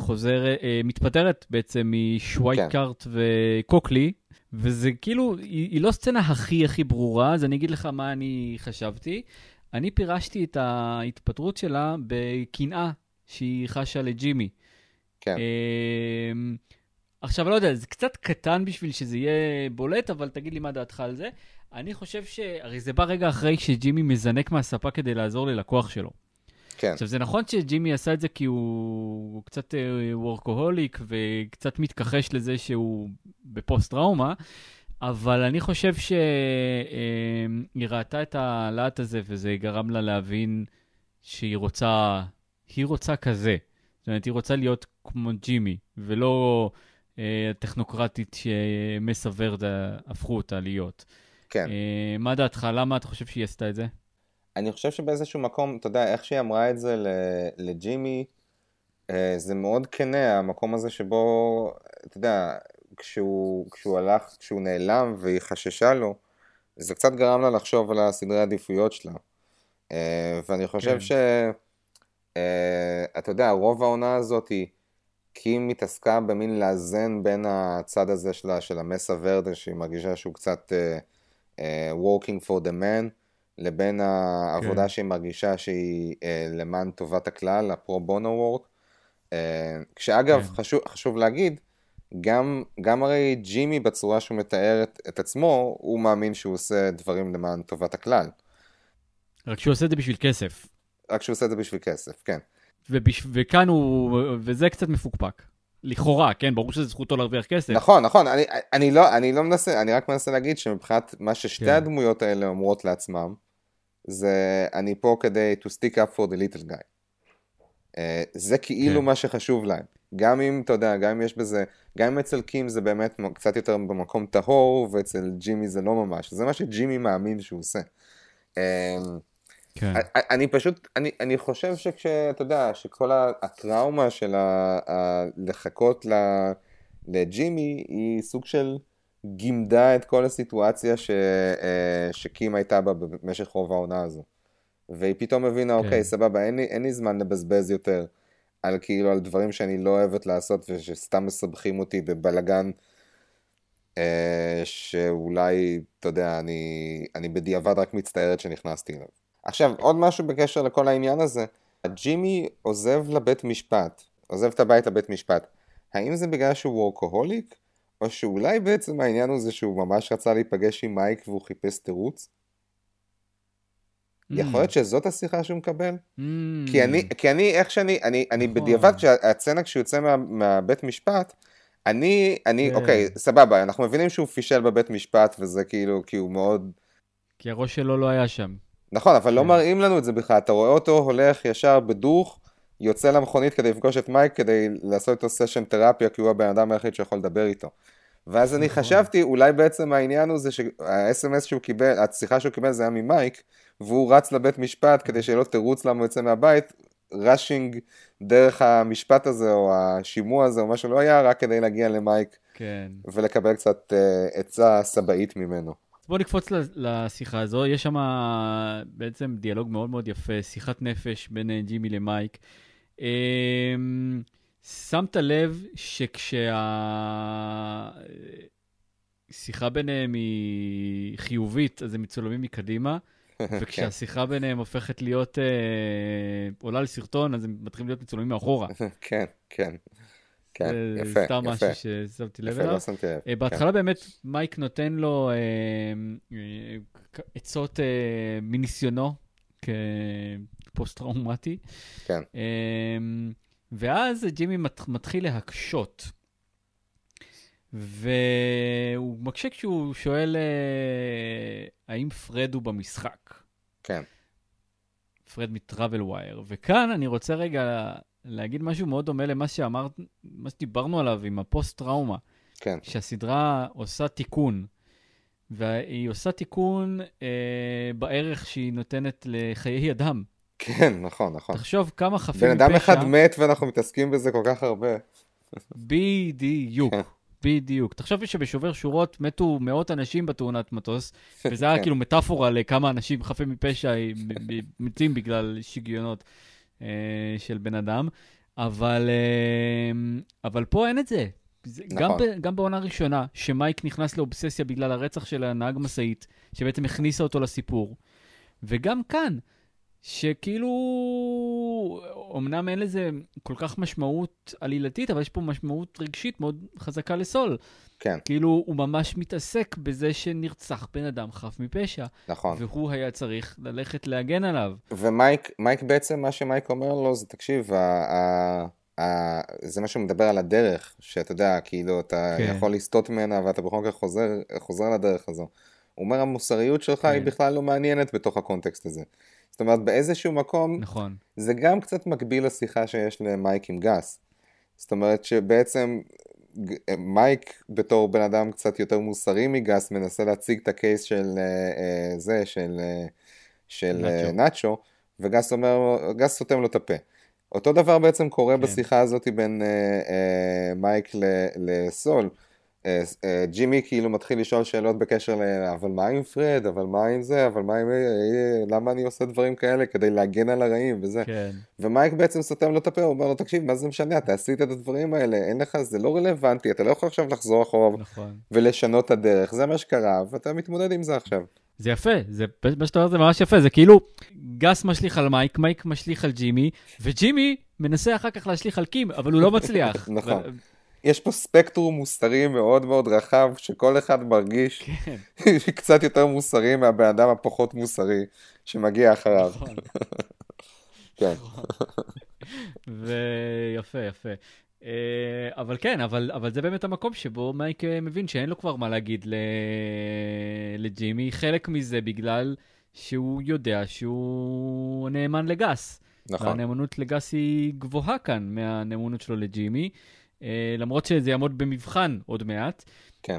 מתפטרת בעצם משווייקארט וקוקלי, וזה כאילו, היא לא סצנה הכי ברורה, אז אני אגיד לך מה אני חשבתי. אני פירשתי את ההתפטרות שלה בקנאה שהיא חשה לג'ימי. כן. עכשיו, לא יודע, זה קצת קטן בשביל שזה יהיה בולט, אבל תגיד לי מה דעתך על זה. אני חושב הרי זה בא רגע אחרי שג'ימי מזנק מהספה כדי לעזור ללקוח שלו. כן. עכשיו, זה נכון שג'ימי עשה את זה כי הוא קצת וורקוהוליק וקצת מתכחש לזה שהוא בפוסט-טראומה, אבל אני חושב שהיא ראתה את הלהט הזה, וזה גרם לה להבין שהיא רוצה כזה. זאת אומרת, היא רוצה להיות כמו ג'ימי, ולא טכנוקרטית שמסה ורדה הפכו אותה להיות. כן. מה דעתך? למה אתה חושב שהיא עשתה את זה? אני חושב שבאיזשהו מקום, אתה יודע, איך שהיא אמרה את זה לג'ימי, זה מאוד כנה, המקום הזה שבו, אתה יודע, כשהוא הלך, כשהוא נעלם והיא חששה לו, זה קצת גרם לה לחשוב על הסדרי העדיפויות שלה. ואני חושב אתה יודע, רוב העונה הזאת קים מתעסקה במין לאזן בין הצד הזה שלה, של המסה ורדה, שהיא מרגישה שהוא קצת working for the man, לבין העבודה שהיא מרגישה שהיא למען טובת הכלל, הפרו בונו וורק. כשאגב, חשוב להגיד, גם הרי ג'ימי בצורה שהוא מתאר את עצמו, הוא מאמין שהוא עושה דברים למען טובת הכלל. רק שהוא עושה את זה בשביל כסף. רק שהוא עושה את זה בשביל כסף, כן. וכאן וזה קצת מפוקפק. לכאורה, כן, ברור שזה זכותו להרוויח כסף. נכון, אני לא מנסה, אני רק מנסה להגיד שמבחינת מה ששתי הדמויות האלה אומרות לעצמם, זה אני פה כדי to stick up for the little guy. זה כאילו מה שחשוב להם. גם אם, אתה יודע, גם אם יש בזה, גם אם אצל קים זה באמת קצת יותר במקום טהור, ואצל ג'ימי זה לא ממש. זה מה שג'ימי מאמין שהוא עושה. אני פשוט, אני חושב שכשאתה יודע, שכל הטראומה של לחכות לג'ימי, היא סוג של גימדה את כל הסיטואציה שקים הייתה בה במשך רוב העונה הזו. והיא פתאום הבינה, אוקיי, סבבה, אין לי זמן לבזבז יותר על כאילו, על דברים שאני לא אוהבת לעשות, ושסתם מסבכים אותי בבלגן, שאולי, אתה יודע, אני בדיעבד רק מצטערת שנכנסתי אליו. עכשיו, עוד משהו בקשר לכל העניין הזה, ג'ימי עוזב לבית משפט, עוזב את הבית לבית משפט. האם זה בגלל שהוא וורקוהוליק, או שאולי בעצם העניין הוא זה שהוא ממש רצה להיפגש עם מייק והוא חיפש תירוץ? יכול להיות שזאת השיחה שהוא מקבל? כי אני בדיעבד, כשהצנה כשהוא יוצא מהבית משפט, אוקיי, סבבה, אנחנו מבינים שהוא פישל בבית משפט, וזה כאילו, כי הוא מאוד... כי הראש שלו לא היה שם. נכון, אבל לא מראים לנו את זה בכלל, אתה רואה אותו הולך ישר בדוך, יוצא למכונית כדי לפגוש את מייק, כדי לעשות איתו סשן תרפיה, כי הוא הבן אדם היחיד שיכול לדבר איתו. ואז אני חשבתי, אולי בעצם העניין הוא זה שה-SMS שהוא קיבל, השיחה שהוא קיבל זה היה ממייק, והוא רץ לבית משפט כדי שיהיה לו תירוץ למה הוא יוצא מהבית, ראשינג דרך המשפט הזה, או השימוע הזה, או מה שלא היה, רק כדי להגיע למייק, ולקבל קצת עצה סבאית ממנו. בוא נקפוץ לשיחה הזו, יש שם בעצם דיאלוג מאוד מאוד יפה, שיחת נפש בין ג'ימי למייק. שמת לב שכשהשיחה ביניהם היא חיובית, אז הם מצולמים מקדימה, וכשהשיחה ביניהם הופכת להיות, עולה לסרטון, אז הם מתחילים להיות מצולמים מאחורה. כן, כן. כן, יפה, סתם משהו ששמתי לב אליו. בהתחלה באמת מייק נותן לו עצות מניסיונו כפוסט-טראומטי. כן. ואז ג'ימי מתחיל להקשות. והוא מקשה כשהוא שואל האם פרד הוא במשחק. כן. פרד מטראבל ווייר. וכאן אני רוצה רגע להגיד משהו מאוד דומה למה שאמרת, מה שדיברנו עליו עם הפוסט-טראומה. כן. שהסדרה עושה תיקון. והיא עושה תיקון בערך שהיא נותנת לחיי אדם. כן, נכון, נכון. תחשוב כמה חפים מפשע. בן אדם אחד מת ואנחנו מתעסקים בזה כל כך הרבה. בדיוק. בדיוק. תחשוב שבשובר שורות מתו מאות אנשים בתאונת מטוס, וזה היה כאילו מטאפורה לכמה אנשים חפים מפשע מתים בגלל שגיונות של בן אדם, אבל פה אין את זה. גם בעונה ראשונה, שמייק נכנס לאובססיה בגלל הרצח של הנהג מסעית, שבעצם הכניסה אותו לסיפור, וגם כאן, שכאילו, אמנם אין לזה כל כך משמעות עלילתית, אבל יש פה משמעות רגשית מאוד חזקה לסול. כן. כאילו, הוא ממש מתעסק בזה שנרצח בן אדם חף מפשע. נכון. והוא היה צריך ללכת להגן עליו. ומייק בעצם, מה שמייק אומר לו, זה תקשיב, זה מה שהוא מדבר על הדרך, שאתה יודע, כאילו, אתה יכול לסטות ממנה, ואתה בכל כך חוזר לדרך הזו. הוא אומר, המוסריות שלך היא בכלל לא מעניינת בתוך הקונטקסט הזה. זאת אומרת, באיזשהו מקום, נכון. זה גם קצת מקביל לשיחה שיש למייק עם גס. זאת אומרת שבעצם מייק בתור בן אדם קצת יותר מוסרי מגס, מנסה להציג את הקייס של נאצ'ו, וגס אומר, גס סותם לו את הפה. אותו דבר בעצם קורה בשיחה הזאת בין מייק לסול. ג'ימי כאילו מתחיל לשאול שאלות בקשר אבל מה עם פרד, אבל מה עם זה, אבל מה עם למה אני עושה דברים כאלה כדי להגן על הרעים וזה. ומייק בעצם סותם לו את הפה, הוא אומר לו, תקשיב, מה זה משנה, אתה עשית את הדברים האלה, אין לך, זה לא רלוונטי, אתה לא יכול עכשיו לחזור אחורה ולשנות את הדרך, זה מה שקרה, ואתה מתמודד עם זה עכשיו. זה יפה, מה שאתה אומר זה ממש יפה, זה כאילו גס משליך על מייק, מייק משליך על ג'ימי, וג'ימי מנסה אחר כך להשליך על קים, אבל הוא לא מצליח. נכון. יש פה ספקטרום מוסרי מאוד מאוד רחב, שכל אחד מרגיש קצת יותר מוסרי מהבן אדם הפחות מוסרי, שמגיע אחריו. כן. ויפה, יפה. אבל כן, אבל זה באמת המקום שבו מייק מבין שאין לו כבר מה להגיד לג'ימי, חלק מזה בגלל שהוא יודע שהוא נאמן לגס. נכון. והנאמנות לגס היא גבוהה כאן מהנאמנות שלו לג'ימי, למרות שזה יעמוד במבחן עוד מעט. כן.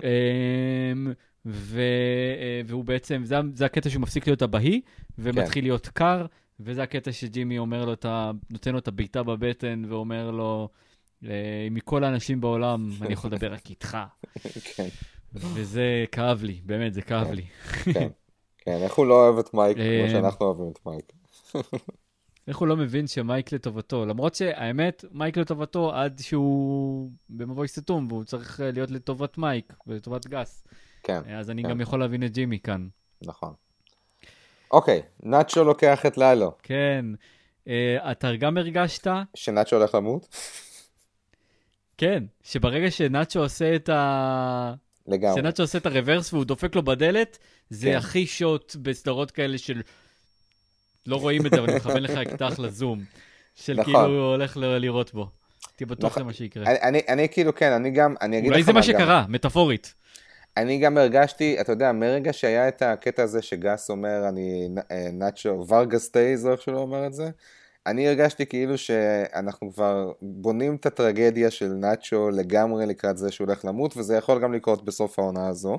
והוא בעצם, זה הקטע שהוא מפסיק להיות הבהי, ומתחיל להיות קר, וזה הקטע שג'ימי אומר לו, נותן לו את הביתה בבטן, ואומר לו, מכל האנשים בעולם, אני יכול לדבר רק איתך. כן. וזה כאב לי, באמת, זה כאב לי. כן, כן, איך הוא לא אוהב את מייק, כמו שאנחנו אוהבים את מייק. איך הוא לא מבין שמייק לטובתו, למרות שהאמת, מייק לטובתו עד שהוא במבוי סתום, והוא צריך להיות לטובת מייק, ולטובת גס. כן. אז אני גם יכול להבין את ג'ימי כאן. נכון. אוקיי, נאצ'ו לוקח את ללו. כן. אתה גם הרגשת? שנאצ'ו הולך למות? כן, שברגע שנאצ'ו עושה את לגמרי. שנאצ'ו עושה את הרוורס והוא דופק לו בדלת, זה הכי שוט בסדרות כאלה של... לא רואים את זה, אבל אני מכוון לך אקטח לזום. של כאילו הוא הולך לראות בו. תהיה בטוח זה מה שיקרה. אני כאילו כן, אני גם... אולי זה מה שקרה, מטאפורית. אני גם הרגשתי, אתה יודע, מרגע שהיה את הקטע הזה שגס אומר, אני נאצ'ו, ורגס טייז, או איך שלא אומר את זה, אני הרגשתי כאילו שאנחנו כבר בונים את הטרגדיה של נאצ'ו לגמרי לקראת זה שהוא הולך למות, וזה יכול גם לקרות בסוף העונה הזו.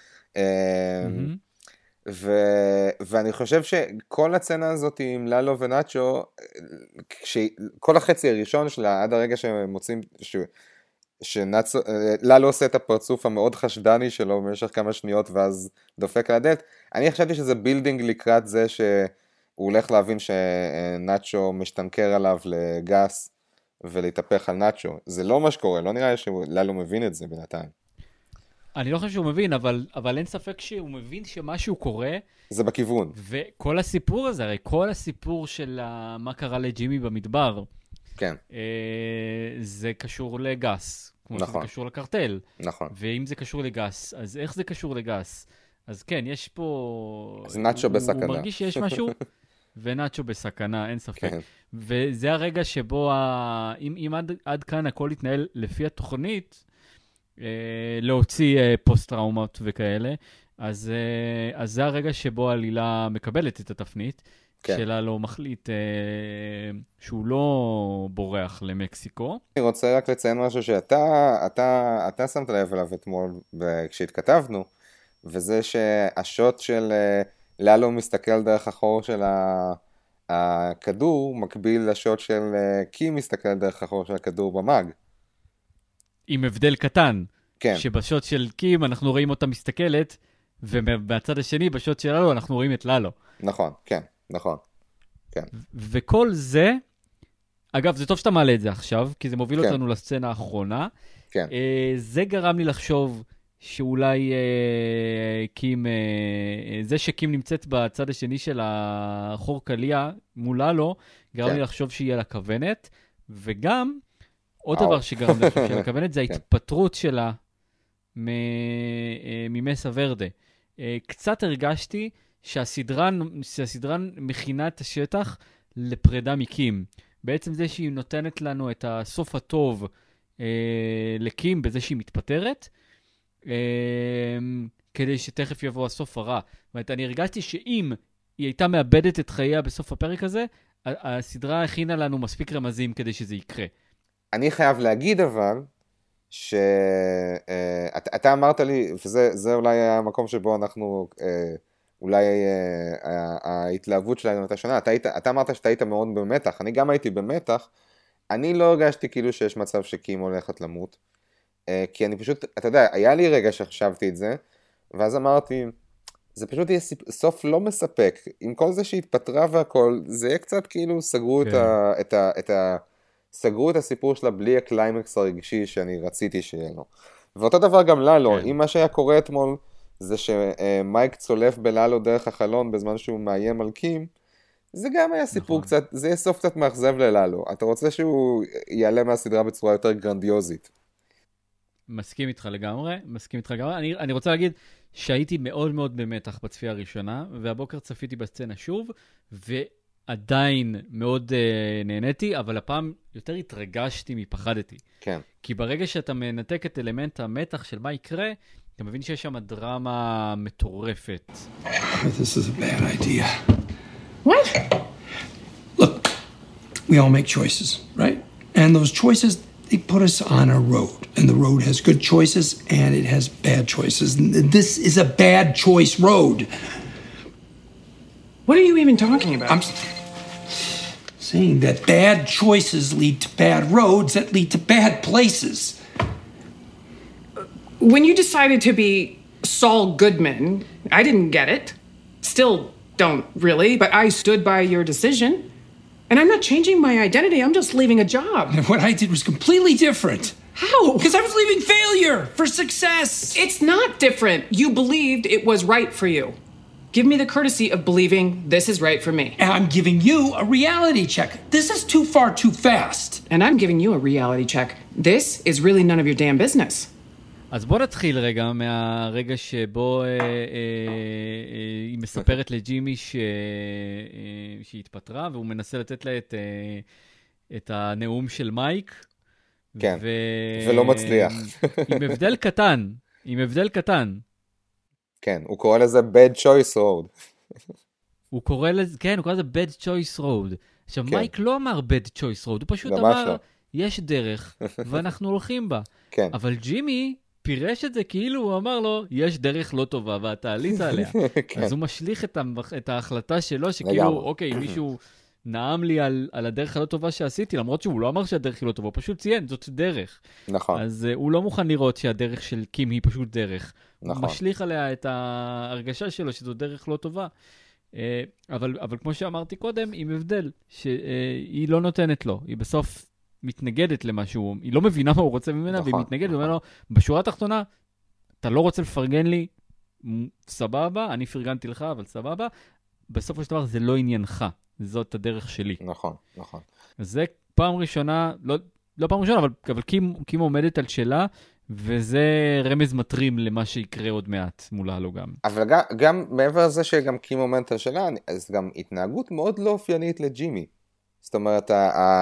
ואני חושב שכל הצנה הזאת עם ללו ונאצ'ו, כל החצי הראשון שלה, עד הרגע שהם מוצאים, שללו עושה את הפרצוף המאוד חשדני שלו במשך כמה שניות ואז דופק על הדלת, אני חשבתי שזה בילדינג לקראת זה שהוא הולך להבין שנאצ'ו משתנקר עליו לגס ולהתהפך על נאצ'ו. זה לא מה שקורה, לא נראה שללו מבין את זה בינתיים. אני לא חושב שהוא מבין, אבל אין ספק שהוא מבין שמשהו קורה. זה בכיוון. וכל הסיפור הזה, הרי כל הסיפור של מה קרה לג'ימי במדבר, כן. זה קשור לגס, כמו נכון. שזה קשור לקרטל. נכון. ואם זה קשור לגס, אז איך זה קשור לגס? אז כן, יש פה... אז נאצ'ו בסכנה. הוא מרגיש שיש משהו, ונאצ'ו בסכנה, אין ספק. כן. וזה הרגע שבו, אם עד כאן הכל יתנהל לפי התוכנית, להוציא פוסט-טראומות וכאלה, אז זה הרגע שבו העלילה מקבלת את התפנית, שלה לא מחליט שהוא לא בורח למקסיקו. אני רוצה רק לציין משהו שאתה שמת לב אליו אתמול כשהתכתבנו, וזה שהשוט של ללו מסתכל דרך החור של הכדור, מקביל לשוט של קי מסתכל דרך החור של הכדור במאג. עם הבדל קטן, כן. שבשוט של קים אנחנו רואים אותה מסתכלת, ובצד השני בשוט של ללו אנחנו רואים את ללו. נכון, כן, נכון. כן. וכל זה, אגב, זה טוב שאתה מעלה את זה עכשיו, כי זה מוביל אותנו לסצנה האחרונה. כן. זה גרם לי לחשוב שאולי קים, זה שקים נמצאת בצד השני של החור קליה מולה לו, גרם לי לחשוב שיהיה לה כוונת, וגם עוד דבר שגרם לי לחשוב שיהיה לה כוונת, זה ההתפטרות שלה ממסה ורדה. קצת הרגשתי שהסדרן מכינה את השטח לפרידה מקים. בעצם זה שהיא נותנת לנו את הסוף הטוב לקים בזה שהיא מתפטרת, כדי שתכף יבוא הסוף הרע. זאת אני הרגשתי שאם היא הייתה מאבדת את חייה בסוף הפרק הזה, הסדרה הכינה לנו מספיק רמזים כדי שזה יקרה. אני חייב להגיד אבל, שאתה אמרת לי, וזה אולי היה המקום שבו אנחנו, אולי ההתלהבות שלנו הייתה שונה, אתה אמרת שאתה היית מאוד במתח, אני גם הייתי במתח, אני לא הרגשתי כאילו שיש מצב שקים הולכת למות, כי אני פשוט, אתה יודע, היה לי רגע שחשבתי את זה, ואז אמרתי, זה פשוט יהיה סוף לא מספק, עם כל זה שהתפטרה והכל, זה יהיה קצת כאילו סגרו סגרו את הסיפור שלה בלי הקליימקס הרגשי שאני רציתי שיהיה לו. ואותו דבר גם ללו, אם מה שהיה קורה אתמול, זה שמייק צולף בללו דרך החלון בזמן שהוא מאיים על קים, זה גם היה סיפור קצת, זה יהיה סוף קצת מאכזב לללו. אתה רוצה שהוא יעלה מהסדרה בצורה יותר גרנדיוזית. מסכים איתך לגמרי. אני רוצה להגיד שהייתי מאוד מאוד במתח בצפייה הראשונה, והבוקר צפיתי בסצנה שוב, ועדיין מאוד נהניתי, אבל הפעם יותר התרגשתי מפחדתי. כן. כי ברגע שאתה מנתק את אלמנט המתח של מה יקרה, אתה מבין שיש שם דרמה מטורפת. This is a bad idea. What? Look, we all make choices, right? And those choices, they put us on a road. And the road has good choices and it has bad choices. And this is a bad choice road. What are you even talking about? I'm saying that bad choices lead to bad roads that lead to bad places. When you decided to be Saul Goodman, I didn't get it. Still don't really, but I stood by your decision. And I'm not changing my identity, I'm just leaving a job. And what I did was completely different. How? Because I was leaving failure for success. It's not different. You believed it was right for you. Give me the courtesy of believing this is right for me. And I'm giving you a reality check. This is too far too fast. And I'm giving you a reality check. This is really none of your damn business. אז בוא נתחיל רגע מהרגע שבו היא מספרת לג'ימי שהיא התפטרה, והוא מנסה לתת לה את הנאום של מייק. כן, ולא מצליח. עם הבדל קטן. כן, הוא קורא לזה bad choice road. הוא קורא לזה bad choice road. עכשיו, מייק לא אמר bad choice road, הוא פשוט אמר, יש דרך, ואנחנו הולכים בה. אבל ג'ימי פירש את זה כאילו הוא אמר לו, יש דרך לא טובה, ואתה עלית עליה. אז הוא משליך את ההחלטה שלו, שכאילו, אוקיי, מישהו נעם לי על הדרך הלא טובה שעשיתי, למרות שהוא לא אמר שהדרך היא לא טובה, הוא פשוט ציין, זאת דרך. נכון. אז הוא לא מוכן לראות שהדרך של קים היא פשוט דרך. הוא משליך עליה את ההרגשה שלו, שזו דרך לא טובה. אבל כמו שאמרתי קודם, עם הבדל, שהיא לא נותנת לו, היא בסוף מתנגדת למשהו, היא לא מבינה מה הוא רוצה ממנה, והיא מתנגדת, ואומר לו, בשורה התחתונה, אתה לא רוצה לפרגן לי, סבבה, אני פרגנתי לך, אבל סבבה, בסופו של דבר זה לא עניינך, זאת הדרך שלי. נכון, נכון. זה פעם ראשונה, לא פעם ראשונה, אבל קים עומדת על שלה, וזה רמז מטרים למה שיקרה עוד מעט מולה לו גם. אבל גם מעבר לזה שגם קים עומדת על שלה, אז גם התנהגות מאוד לא אופיינית לג'ימי. זאת אומרת,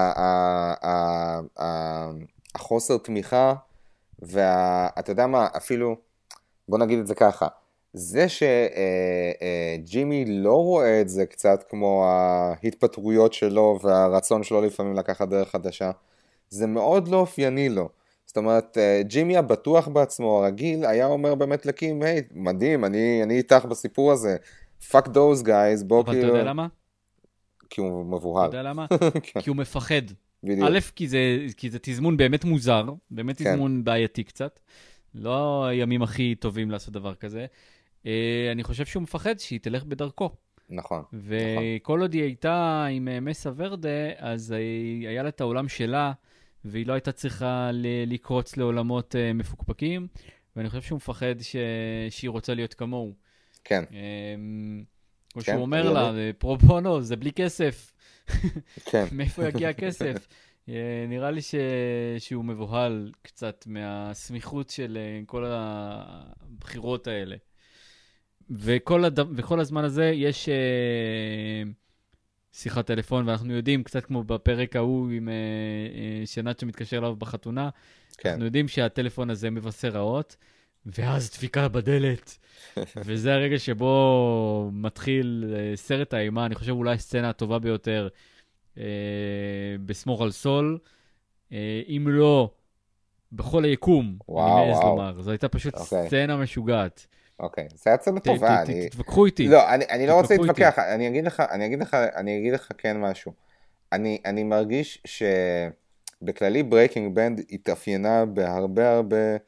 החוסר תמיכה, ואתה יודע מה, אפילו, בוא נגיד את זה ככה, זה שג'ימי לא רואה את זה קצת כמו ההתפטרויות שלו, והרצון שלו לפעמים לקחת דרך חדשה, זה מאוד לא אופייני לו. זאת אומרת, ג'ימי הבטוח בעצמו, הרגיל, היה אומר באמת לקים, היי, מדהים, אני איתך בסיפור הזה, fuck those guys, בוא כאילו... אבל אתה יודע למה? כי הוא מבוהל. אתה יודע למה? כי הוא מפחד. א', כי זה תזמון באמת מוזר, באמת תזמון בעייתי קצת. לא הימים הכי טובים לעשות דבר כזה. אני חושב שהוא מפחד שהיא תלך בדרכו. נכון. וכל עוד היא הייתה עם מסה ורדה, אז היה לה את העולם שלה, והיא לא הייתה צריכה לקרוץ לעולמות מפוקפקים, ואני חושב שהוא מפחד שהיא רוצה להיות כמוהו. כן. או שהוא אומר לה, פרופונו, זה בלי כסף. כן. מאיפה יגיע הכסף? נראה לי שהוא מבוהל קצת מהסמיכות של כל הבחירות האלה. וכל הזמן הזה יש שיחת טלפון, ואנחנו יודעים, קצת כמו בפרק ההוא עם שנאצ'ו מתקשר אליו בחתונה, אנחנו יודעים שהטלפון הזה מבשר רעות, ואז דפיקה בדלת. וזה הרגע שבו מתחיל סרט האימה, אני חושב אולי הסצנה הטובה ביותר בסמוך על סול, אם לא, בכל היקום, אני מעז לומר. זו הייתה פשוט סצנה משוגעת. אוקיי, זה היה סצנה טובה. תתווכחו איתי. לא, אני לא רוצה להתווכח, אני אגיד לך כן משהו. אני מרגיש שבכללי ברייקינג בנד התאפיינה בהרבה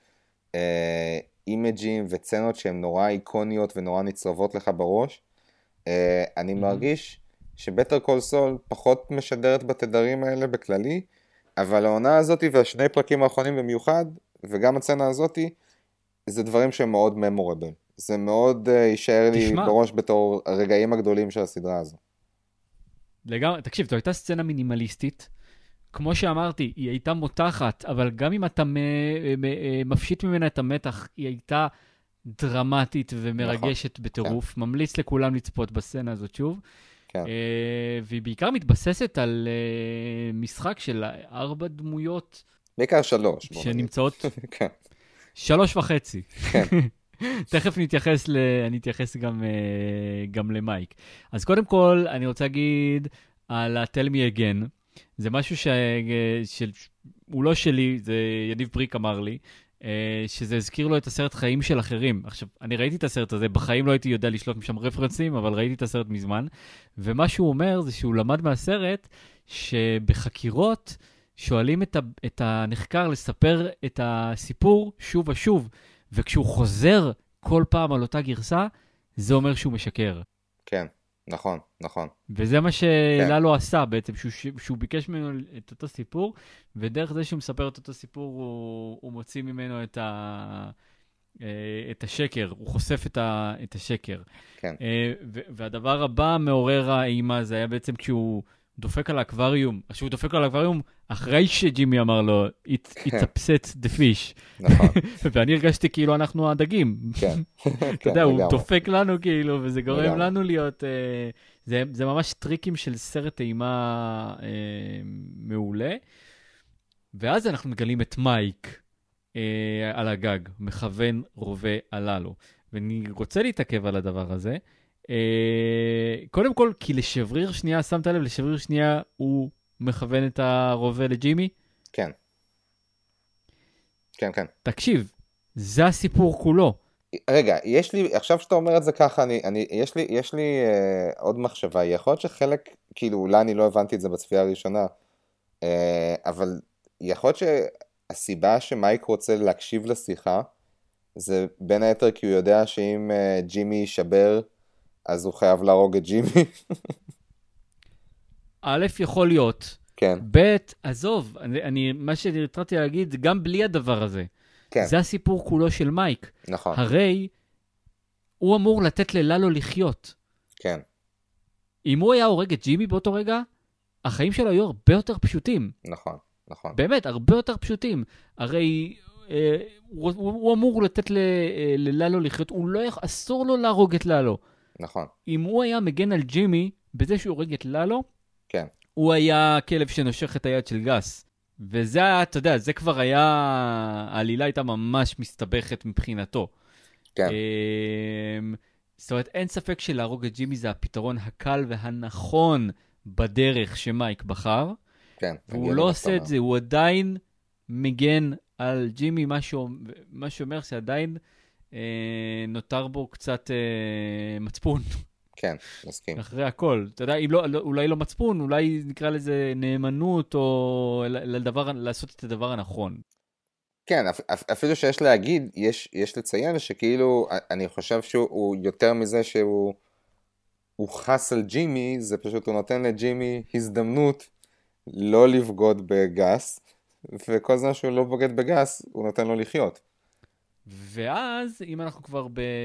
אימג'ים וצנות שהן נורא איקוניות ונורא נצרבות לך בראש. אני מרגיש שבטר קול סול פחות משדרת בתדרים האלה בכללי, אבל העונה הזאת והשני פרקים האחרונים במיוחד, וגם הצנה הזאת, זה דברים שהם מאוד ממורבל. זה מאוד יישאר לי בראש בתור הרגעים הגדולים של הסדרה הזו. לגמרי, תקשיב, זו הייתה סצנה מינימליסטית, כמו שאמרתי, היא הייתה מותחת, אבל גם אם אתה מפשיט ממנה את המתח, היא הייתה דרמטית ומרגשת בטירוף. ממליץ לכולם לצפות בסצנה הזאת שוב. והיא בעיקר מתבססת על משחק של 4 דמויות. בעיקר 3. שנמצאות 3.5. תכף אני אתייחס גם למייק. אז קודם כל, אני רוצה להגיד על ה-Tell Me Again. זה משהו שהוא לא שלי, זה יניב בריק אמר לי, שזה הזכיר לו את הסרט חיים של אחרים. עכשיו, אני ראיתי את הסרט הזה, בחיים לא הייתי יודע לשלוט משם רפרנסים, אבל ראיתי את הסרט מזמן, ומה שהוא אומר זה שהוא למד מהסרט שבחקירות שואלים את הנחקר לספר את הסיפור שוב ושוב, וכשהוא חוזר כל פעם על אותה גרסה, זה אומר שהוא משקר. כן, נכון, נכון. וזה מה שללו עשה בעצם, שהוא ביקש ממנו את אותו סיפור, ודרך זה שהוא מספר את אותו סיפור, הוא מוציא ממנו את השקר, הוא חושף את השקר. כן. והדבר הבא מעורר האימה, זה היה בעצם כשהוא דופק על האקווריום, כשהוא דופק על האקווריום, אחרי שג'ימי אמר לו, it's upset the fish. נכון. ואני הרגשתי כאילו אנחנו הדגים. כן. אתה יודע, הוא דופק לנו כאילו, וזה גורם לנו להיות... זה ממש טריקים של סרט אימה מעולה. ואז אנחנו מגלים את מייק על הגג, מכוון רובה הללו. ואני רוצה להתעכב על הדבר הזה. קודם כל, כי לשבריר שנייה, שמת לב, לשבריר שנייה הוא מכוון את הרובה לג'ימי? כן. כן, כן. תקשיב, זה הסיפור כולו. רגע, יש לי, עכשיו שאתה אומר את זה ככה, יש לי עוד מחשבה, יכול להיות שחלק, כאילו אולי אני לא הבנתי את זה בצפייה הראשונה, אבל יכול להיות שהסיבה שמייק רוצה להקשיב לשיחה, זה בין היתר כי הוא יודע שאם ג'ימי יישבר, אז הוא חייב להרוג את ג'ימי. א', יכול להיות. כן. ב', עזוב, מה שהתרתי להגיד, גם בלי הדבר הזה. כן. זה הסיפור כולו של מייק. נכון. הרי הוא אמור לתת לללו לחיות. כן. אם הוא היה הורג את ג'ימי באותו רגע, החיים שלו היו הרבה יותר פשוטים. נכון, נכון. באמת, הרבה יותר פשוטים. הרי הוא אמור לתת לללו לחיות, הוא לא אסור לו להרוג את ללו. נכון. אם הוא היה מגן על ג'ימי, בזה שהוא הורג את ללו, כן. הוא היה כלב שנושך את היד של גס. וזה היה, אתה יודע, זה כבר היה, העלילה הייתה ממש מסתבכת מבחינתו. כן. זאת אומרת, אין ספק שלהרוג את ג'ימי זה הפתרון הקל והנכון בדרך שמייק בחר. כן. והוא לא עושה את זה, הוא עדיין מגן על ג'ימי, מה שאומר שעדיין נותר בו קצת מצפון. כן, מסכים. אחרי הכל. אתה יודע, אם לא, אולי לא מצפון, אולי נקרא לזה נאמנות, או לעשות את הדבר הנכון. כן, אפילו שיש להגיד, יש לציין שכאילו, אני חושב שהוא יותר מזה שהוא חס על ג'ימי, זה פשוט הוא נותן לג'ימי הזדמנות לא לבגוד בגס, וכל זמן שהוא לא בוגד בגס, הוא נותן לו לחיות. ואז, אם אנחנו כבר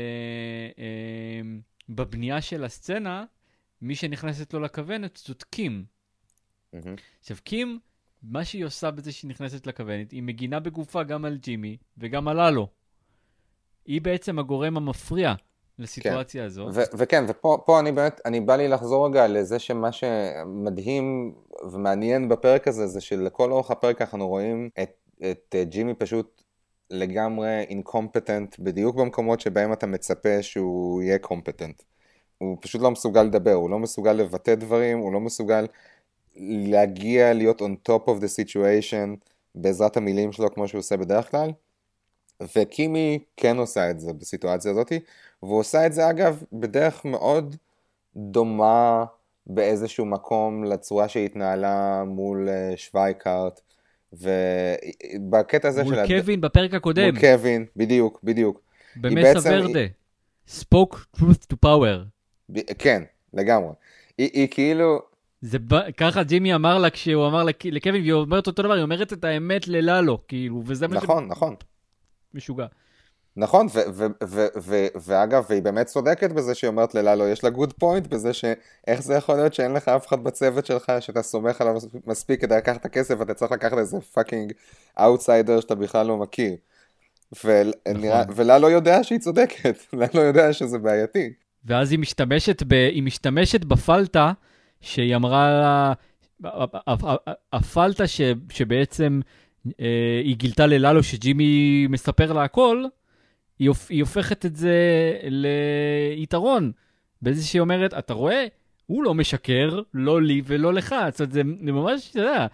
בבנייה של הסצנה, מי שנכנסת לו לכוונת זאת קים. עכשיו, קים, מה שהיא עושה בזה שהיא נכנסת לכוונת, היא מגינה בגופה גם על ג'ימי וגם על ללו. היא בעצם הגורם המפריע לסיטואציה הזאת. וכן, ופה אני בא לי לחזור רגע לזה שמה שמדהים ומעניין בפרק הזה, זה שלכל אורך הפרק אנחנו רואים את ג'ימי פשוט לגמרי אינקומפטנט, בדיוק במקומות שבהם אתה מצפה שהוא יהיה קומפטנט. הוא פשוט לא מסוגל לדבר, הוא לא מסוגל לבטא דברים, הוא לא מסוגל להגיע להיות on top of the situation בעזרת המילים שלו כמו שהוא עושה בדרך כלל. וקימי כן עושה את זה בסיטואציה הזאת, והוא עושה את זה אגב בדרך מאוד דומה באיזשהו מקום לצורה שהתנהלה מול שווייקארט, ובקטע הזה מול קווין בפרק הקודם. מול קווין, בדיוק. במסה ורדה. spoke truth to power. כן, לגמרי. היא כאילו... ככה ג'ימי אמר לה כשהוא אמר לקווין, והיא אומרת אותו דבר, היא אומרת את האמת לללו, כאילו, וזה מה נכון. משוגע. נכון, ואגב, והיא באמת צודקת בזה שהיא אומרת ללאלו, יש לה גוד פוינט בזה שאיך זה יכול להיות שאין לך אף אחד בצוות שלך, שאתה סומך עליו מספיק כדי לקחת את הכסף, ואתה צריך לקחת איזה פאקינג אאוטסיידר שאתה בכלל לא מכיר. ולאלו יודע שהיא צודקת, לאלו יודע שזה בעייתי. ואז היא משתמשת בפלטה שהיא אמרה, הפלטה שבעצם היא גילתה ללאלו שג'ימי מספר לה הכל, היא הופכת את זה ליתרון. באיזה שהיא אומרת, אתה רואה? הוא לא משקר, לא לי ולא לך. זאת אומרת, זה ממש, אתה יודע,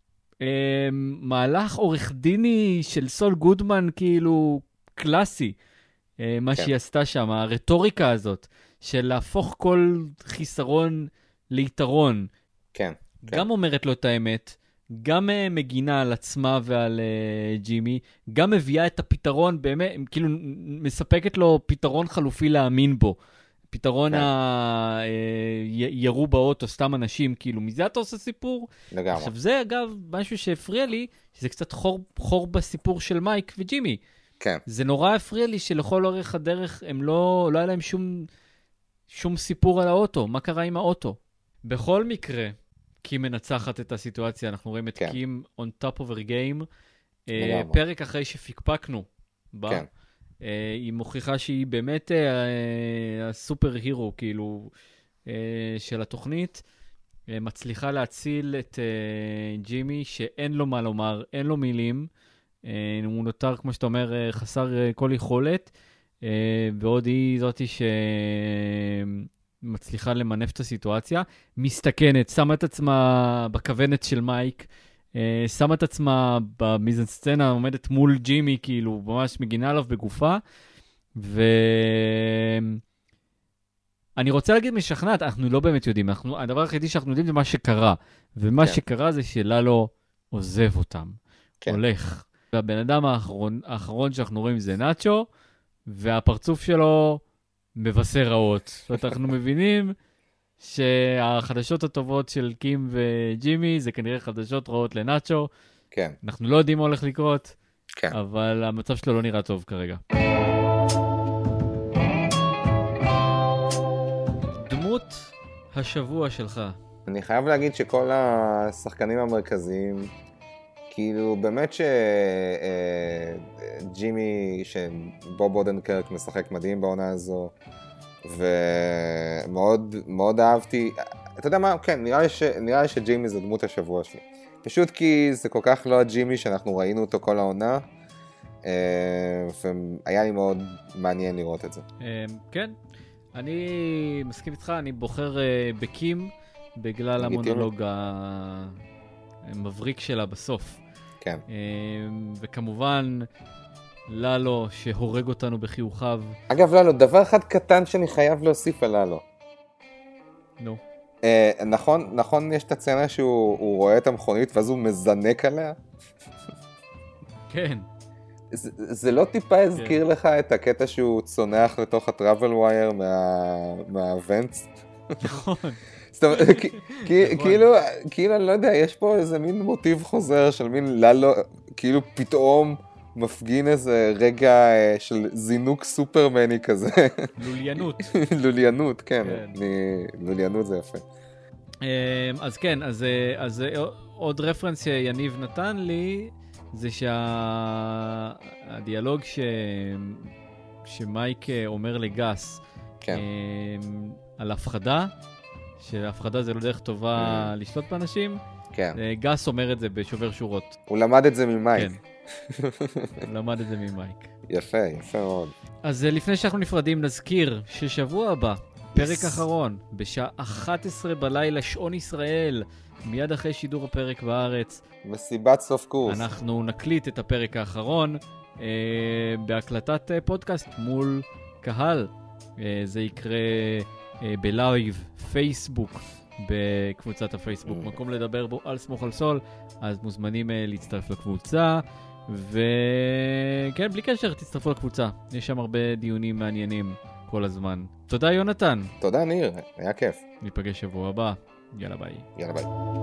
מהלך עורך דיני של סול גודמן, כאילו, קלאסי. מה שהיא עשתה שם, הרטוריקה הזאת, של להפוך כל חיסרון ליתרון. כן. גם אומרת לו את האמת, גם מגינה על עצמה ועל ג'ימי, גם מביאה את הפתרון, באמת, כאילו מספקת לו פתרון חלופי להאמין בו. פתרון ירו באוטו, סתם אנשים, כאילו, מזה אתה עושה סיפור? לגמרי. עכשיו זה אגב משהו שהפריע לי, שזה קצת חור בסיפור של מייק וג'ימי. כן. זה נורא הפריע לי שלכל אורך הדרך הם לא היה להם שום סיפור על האוטו. מה קרה עם האוטו? בכל מקרה, קים מנצחת את הסיטואציה, אנחנו רואים את קים on top of her game, פרק אחרי שפיקפקנו בה, כן. היא מוכיחה שהיא באמת הסופר הירו, כאילו, של התוכנית, מצליחה להציל את ג'ימי, שאין לו מה לומר, אין לו מילים, הוא נותר, כמו שאתה אומר, חסר כל יכולת, ועוד היא זאתי מצליחה למנף את הסיטואציה, מסתכנת, שמה את עצמה בכוונת של מייק, שמה את עצמה במיזנסצנה, עומדת מול ג'ימי, כאילו, ממש מגינה עליו בגופה, אני רוצה להגיד משכנעת, אנחנו לא באמת יודעים, הדבר היחידי שאנחנו יודעים זה מה שקרה, ומה שקרה זה שלאלו עוזב אותם, הולך. והבן אדם האחרון שאנחנו רואים זה נאצ'ו, והפרצוף שלו מבשר רעות. זאת אומרת, אנחנו מבינים שהחדשות הטובות של קים וג'ימי זה כנראה חדשות רעות לנאצ'ו. כן. אנחנו לא יודעים מה הולך לקרות, כן. אבל המצב שלו לא נראה טוב כרגע. דמות השבוע שלך. אני חייב להגיד שכל השחקנים המרכזיים, כאילו באמת שג'ימי, שבוב אודנקרק משחק מדהים בעונה הזו, ומאוד מאוד אהבתי, אתה יודע מה, כן, נראה לי שג'ימי זה דמות השבוע שלי. פשוט כי זה כל כך לא הג'ימי שאנחנו ראינו אותו כל העונה, והיה לי מאוד מעניין לראות את זה. כן, אני מסכים איתך, אני בוחר בקים, בגלל המונולוג המבריק שלה בסוף. כן. וכמובן, לאלו שהורג אותנו בחיוכיו. אגב, לאלו, דבר אחד קטן שאני חייב להוסיף על לאלו. נו. נכון, יש את הצנה שהוא רואה את המכונית ואז הוא מזנק עליה? כן. זה לא טיפה הזכיר לך את הקטע שהוא צונח לתוך הטראבל ווייר מהוונטס? נכון. כאילו, אני לא יודע, יש פה איזה מין מוטיב חוזר של מין לאלו, כאילו פתאום מפגין איזה רגע של זינוק סופרמני כזה. לוליינות. לוליינות, כן. לוליינות זה יפה. אז כן, אז עוד רפרנס שיניב נתן לי, זה שהדיאלוג שמייק אומר לגס, על הפחדה, שהפחדה זה לא דרך טובה לשלוט באנשים, גס אומר את זה בשובר שורות. הוא למד את זה ממייק. הוא למד את זה ממייק. יפה, יפה מאוד. אז לפני שאנחנו נפרדים, נזכיר ששבוע הבא, פרק אחרון, בשעה 11 בלילה, שעון ישראל, מיד אחרי שידור הפרק בארץ. מסיבת סוף קורס. אנחנו נקליט את הפרק האחרון בהקלטת פודקאסט מול קהל. זה יקרה בלייב פייסבוק, בקבוצת הפייסבוק, מקום לדבר בו על סמוך על סול, אז מוזמנים להצטרף לקבוצה, וכן, בלי קשר, תצטרפו לקבוצה. יש שם הרבה דיונים מעניינים כל הזמן. תודה יונתן. תודה ניר, היה כיף. ניפגש שבוע הבא. יאללה ביי. יאללה ביי.